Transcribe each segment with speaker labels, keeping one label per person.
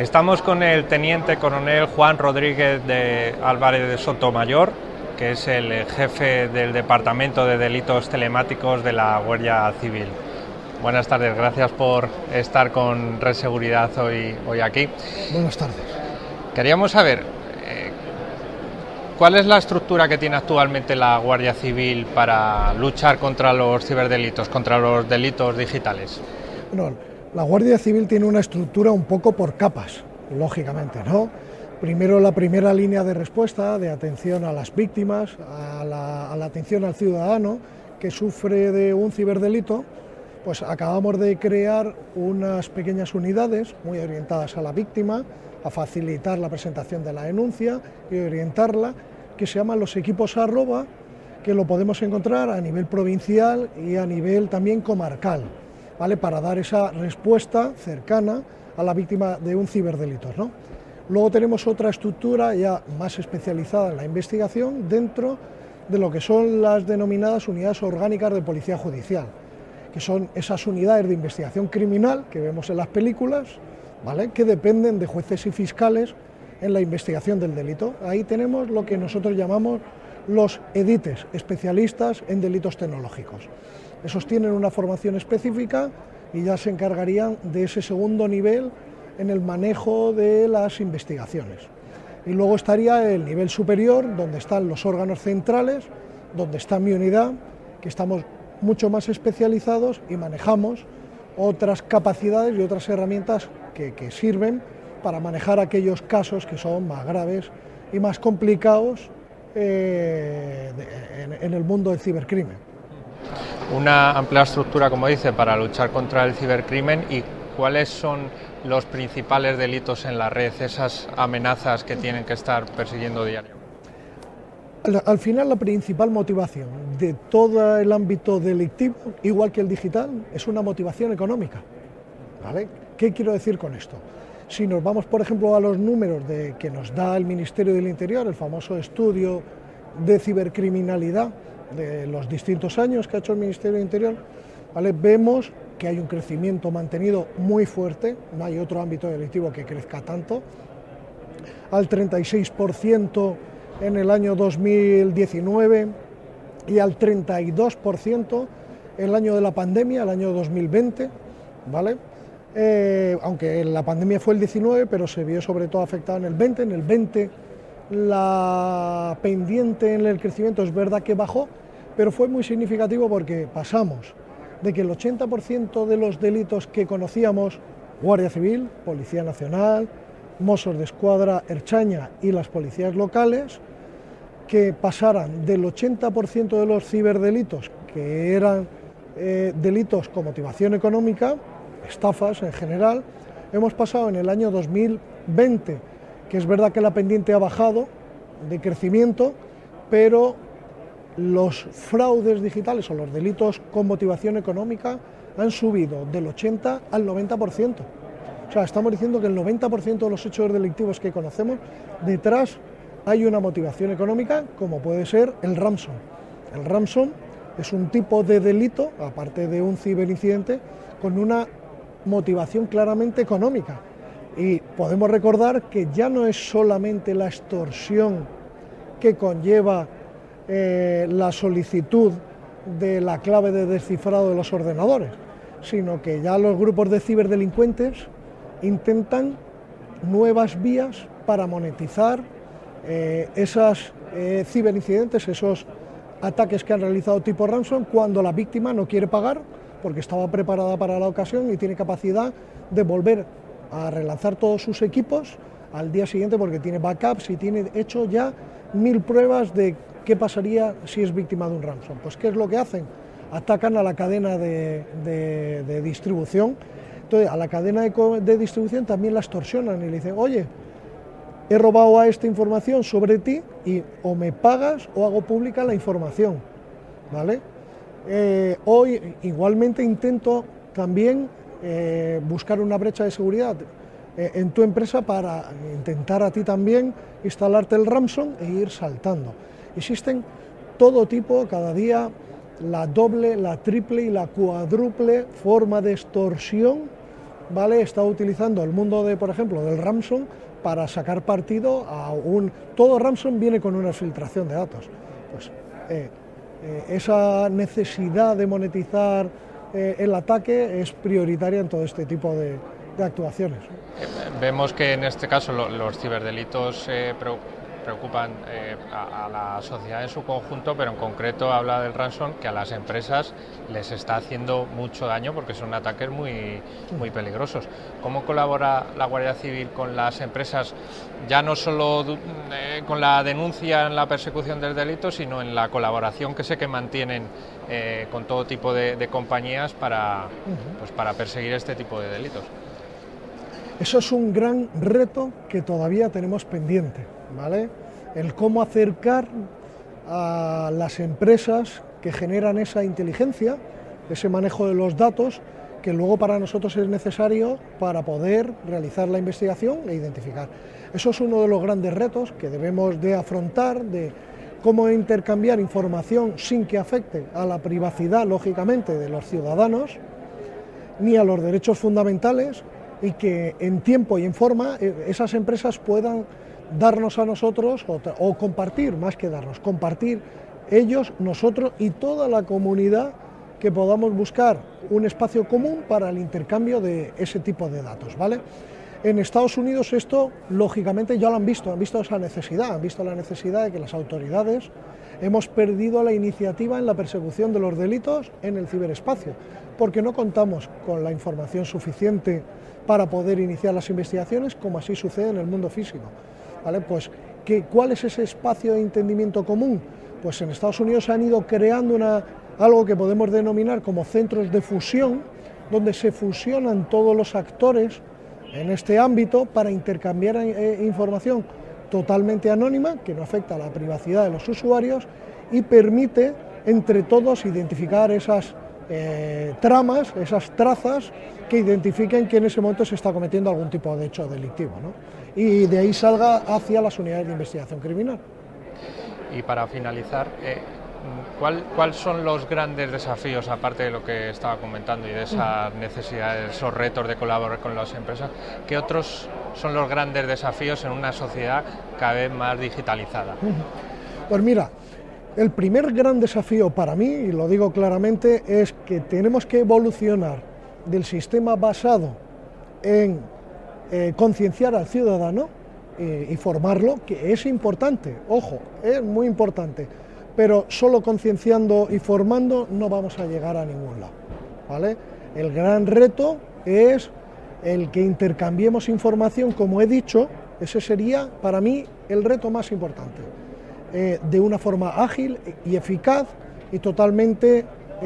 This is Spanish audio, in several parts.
Speaker 1: Estamos con el teniente coronel Juan Rodríguez de Álvarez de Sotomayor, que es el jefe del Departamento de Delitos Telemáticos de la Guardia Civil. Buenas tardes, gracias por estar con Red Seguridad hoy aquí.
Speaker 2: Buenas tardes.
Speaker 1: Queríamos saber, ¿cuál es la estructura que tiene actualmente la Guardia Civil para luchar contra los ciberdelitos, contra los delitos digitales?
Speaker 2: Bueno, la Guardia Civil tiene una estructura un poco por capas, lógicamente, ¿no? Primero la primera línea de respuesta, de atención a las víctimas, a la atención al ciudadano que sufre de un ciberdelito. Pues acabamos de crear unas pequeñas unidades muy orientadas a la víctima, a facilitar la presentación de la denuncia y orientarla, que se llaman los equipos arroba, que lo podemos encontrar a nivel provincial y a nivel también comarcal, ¿vale? Para dar esa respuesta cercana a la víctima de un ciberdelito, ¿no? Luego tenemos otra estructura ya más especializada en la investigación dentro de lo que son las denominadas unidades orgánicas de policía judicial, que son esas unidades de investigación criminal que vemos en las películas, ¿vale? Que dependen de jueces y fiscales en la investigación del delito. Ahí tenemos lo que nosotros llamamos los EDITES, especialistas en delitos tecnológicos. Esos tienen una formación específica y ya se encargarían de ese segundo nivel en el manejo de las investigaciones. Y luego estaría el nivel superior, donde están los órganos centrales, donde está mi unidad, que estamos mucho más especializados y manejamos otras capacidades y otras herramientas que sirven para manejar aquellos casos que son más graves y más complicados en el mundo del cibercrimen.
Speaker 1: Una amplia estructura, como dice, para luchar contra el cibercrimen. ¿Y cuáles son los principales delitos en la red, esas amenazas que tienen que estar persiguiendo diario?
Speaker 2: Al final, la principal motivación de todo el ámbito delictivo, igual que el digital, es una motivación económica, ¿vale? ¿Qué quiero decir con esto? Si nos vamos, por ejemplo, a los números que nos da el Ministerio del Interior, el famoso estudio de cibercriminalidad de los distintos años que ha hecho el Ministerio del Interior, ¿vale? Vemos que hay un crecimiento mantenido muy fuerte, no hay otro ámbito delictivo que crezca tanto, al 36% en el año 2019 y al 32% el año de la pandemia, el año 2020, ¿vale? Aunque la pandemia fue el 19, pero se vio sobre todo afectado en el 20. En el 20 la pendiente en el crecimiento es verdad que bajó, pero fue muy significativo porque pasamos de que el 80% de los delitos que conocíamos, Guardia Civil, Policía Nacional, Mossos de Escuadra, Ertzaintza y las policías locales, que pasaran del 80% de los ciberdelitos, que eran delitos con motivación económica, estafas en general, hemos pasado en el año 2020, que es verdad que la pendiente ha bajado de crecimiento, pero los fraudes digitales o los delitos con motivación económica han subido del 80 al 90%. O sea, estamos diciendo que el 90% de los hechos delictivos que conocemos, detrás hay una motivación económica, como puede ser el ransom. El ransom es un tipo de delito, aparte de un ciberincidente, con una motivación claramente económica. Y podemos recordar que ya no es solamente la extorsión que conlleva la solicitud de la clave de descifrado de los ordenadores, sino que ya los grupos de ciberdelincuentes intentan nuevas vías para monetizar esas ciberincidentes, esos ataques que han realizado tipo ransom, cuando la víctima no quiere pagar porque estaba preparada para la ocasión y tiene capacidad de volver a relanzar todos sus equipos al día siguiente porque tiene backups y tiene hecho ya 1000 pruebas de qué pasaría si es víctima de un ransom. Pues ¿qué es lo que hacen? Atacan a la cadena de distribución. Entonces, a la cadena de distribución también la extorsionan y le dicen, oye, he robado a esta información sobre ti y o me pagas o hago pública la información, ¿vale? Hoy igualmente intento también buscar una brecha de seguridad en tu empresa para intentar a ti también instalarte el ransom e ir saltando. Existen todo tipo, cada día, la doble, la triple y la cuádruple forma de extorsión ¿vale?, está utilizando el mundo de, por ejemplo, del ransom para sacar partido a todo ransom viene con una filtración de datos. Pues esa necesidad de monetizar el ataque es prioritaria en todo este tipo de actuaciones.
Speaker 1: Vemos que en este caso los ciberdelitos preocupan a la sociedad en su conjunto, pero en concreto habla del ransom, que a las empresas les está haciendo mucho daño porque son ataques muy peligrosos. ¿Cómo colabora la Guardia Civil con las empresas, ya no solo con la denuncia en la persecución del delito, sino en la colaboración que sé que mantienen con todo tipo de compañías para perseguir este tipo de delitos?
Speaker 2: Eso es un gran reto que todavía tenemos pendiente, ¿vale? El cómo acercar a las empresas que generan esa inteligencia, ese manejo de los datos, que luego para nosotros es necesario para poder realizar la investigación e identificar. Eso es uno de los grandes retos que debemos de afrontar, de cómo intercambiar información sin que afecte a la privacidad, lógicamente, de los ciudadanos, ni a los derechos fundamentales, y que en tiempo y en forma esas empresas puedan darnos a nosotros o compartir, más que darnos, compartir ellos, nosotros y toda la comunidad, que podamos buscar un espacio común para el intercambio de ese tipo de datos, ¿vale? En Estados Unidos esto, lógicamente, ya lo han visto esa necesidad, han visto la necesidad de que las autoridades hemos perdido la iniciativa en la persecución de los delitos en el ciberespacio, porque no contamos con la información suficiente para poder iniciar las investigaciones, como así sucede en el mundo físico, ¿vale? Pues, ¿cuál es ese espacio de entendimiento común? Pues en Estados Unidos se han ido creando algo que podemos denominar como centros de fusión, donde se fusionan todos los actores en este ámbito para intercambiar información totalmente anónima, que no afecta a la privacidad de los usuarios y permite entre todos identificar esas tramas, esas trazas que identifiquen que en ese momento se está cometiendo algún tipo de hecho delictivo, ¿no? Y de ahí salga hacia las unidades de investigación criminal.
Speaker 1: Y para finalizar, ¿cuáles son los grandes desafíos, aparte de lo que estaba comentando y de esas necesidades, esos retos de colaborar con las empresas, qué otros son los grandes desafíos en una sociedad cada vez más digitalizada?
Speaker 2: Pues mira, el primer gran desafío para mí, y lo digo claramente, es que tenemos que evolucionar del sistema basado en concienciar al ciudadano y formarlo, que es importante, ojo, es muy importante, pero solo concienciando y formando no vamos a llegar a ningún lado, ¿vale? El gran reto es el que intercambiemos información, como he dicho, ese sería para mí el reto más importante. De una forma ágil y eficaz y totalmente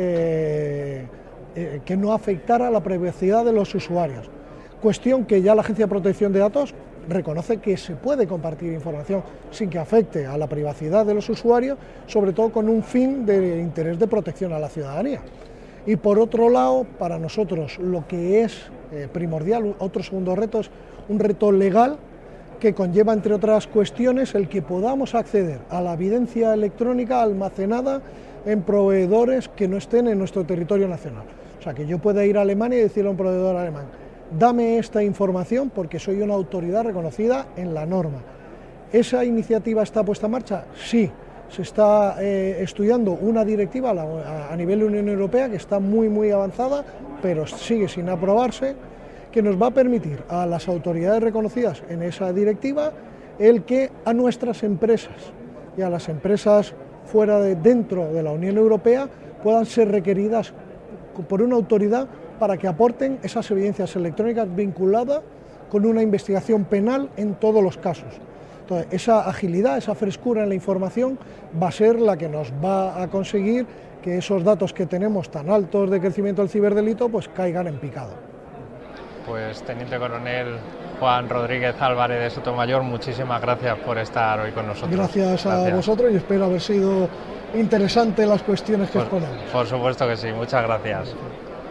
Speaker 2: que no afectara la privacidad de los usuarios. Cuestión que ya la Agencia de Protección de Datos reconoce que se puede compartir información sin que afecte a la privacidad de los usuarios, sobre todo con un fin de interés de protección a la ciudadanía. Y por otro lado, para nosotros lo que es primordial, otro segundo reto, es un reto legal que conlleva, entre otras cuestiones, el que podamos acceder a la evidencia electrónica almacenada en proveedores que no estén en nuestro territorio nacional. O sea, que yo pueda ir a Alemania y decirle a un proveedor alemán: dame esta información porque soy una autoridad reconocida en la norma. ¿Esa iniciativa está puesta en marcha? Sí, se está estudiando una directiva a nivel de Unión Europea que está muy avanzada, pero sigue sin aprobarse, que nos va a permitir a las autoridades reconocidas en esa directiva el que a nuestras empresas y a las empresas dentro de la Unión Europea puedan ser requeridas por una autoridad para que aporten esas evidencias electrónicas vinculadas con una investigación penal en todos los casos. Entonces, esa agilidad, esa frescura en la información va a ser la que nos va a conseguir que esos datos que tenemos tan altos de crecimiento del ciberdelito pues caigan en picado.
Speaker 1: Pues Teniente Coronel Juan Rodríguez Álvarez de Sotomayor, muchísimas gracias por estar hoy con nosotros.
Speaker 2: Gracias a vosotros y espero haber sido interesante las cuestiones que exponemos.
Speaker 1: Por supuesto que sí, muchas gracias.